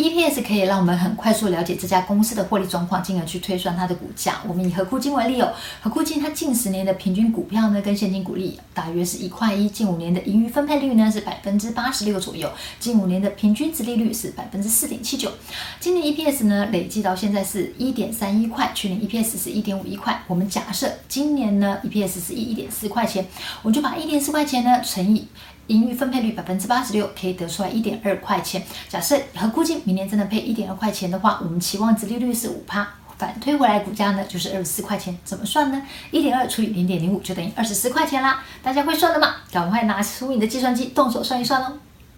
EPS 可以让我们很快速了解这家公司的获利状况，进而去推算它的股价。我们以合库金为例合库金它近10年的平均股票呢跟现金股利大约是1块1，近5年的盈余分配率呢是86%左右，近5年的平均殖利率是4.79%。今年 EPS 呢累计到现在是1.31块，去年 EPS 是1.51块。我们假设今年呢 EPS 是1.4块钱，我们就把1.4块钱呢乘以盈余分配率86%，可以得出来1.2块钱。假设合库金明年真的配1.2块钱的话，我们期望殖利率是5%，反推回来股价呢就是24块钱。怎么算呢？ 1.2 除以 0.05 就等于24块钱啦。大家会算了吗？赶快拿出你的计算机动手算一算哦。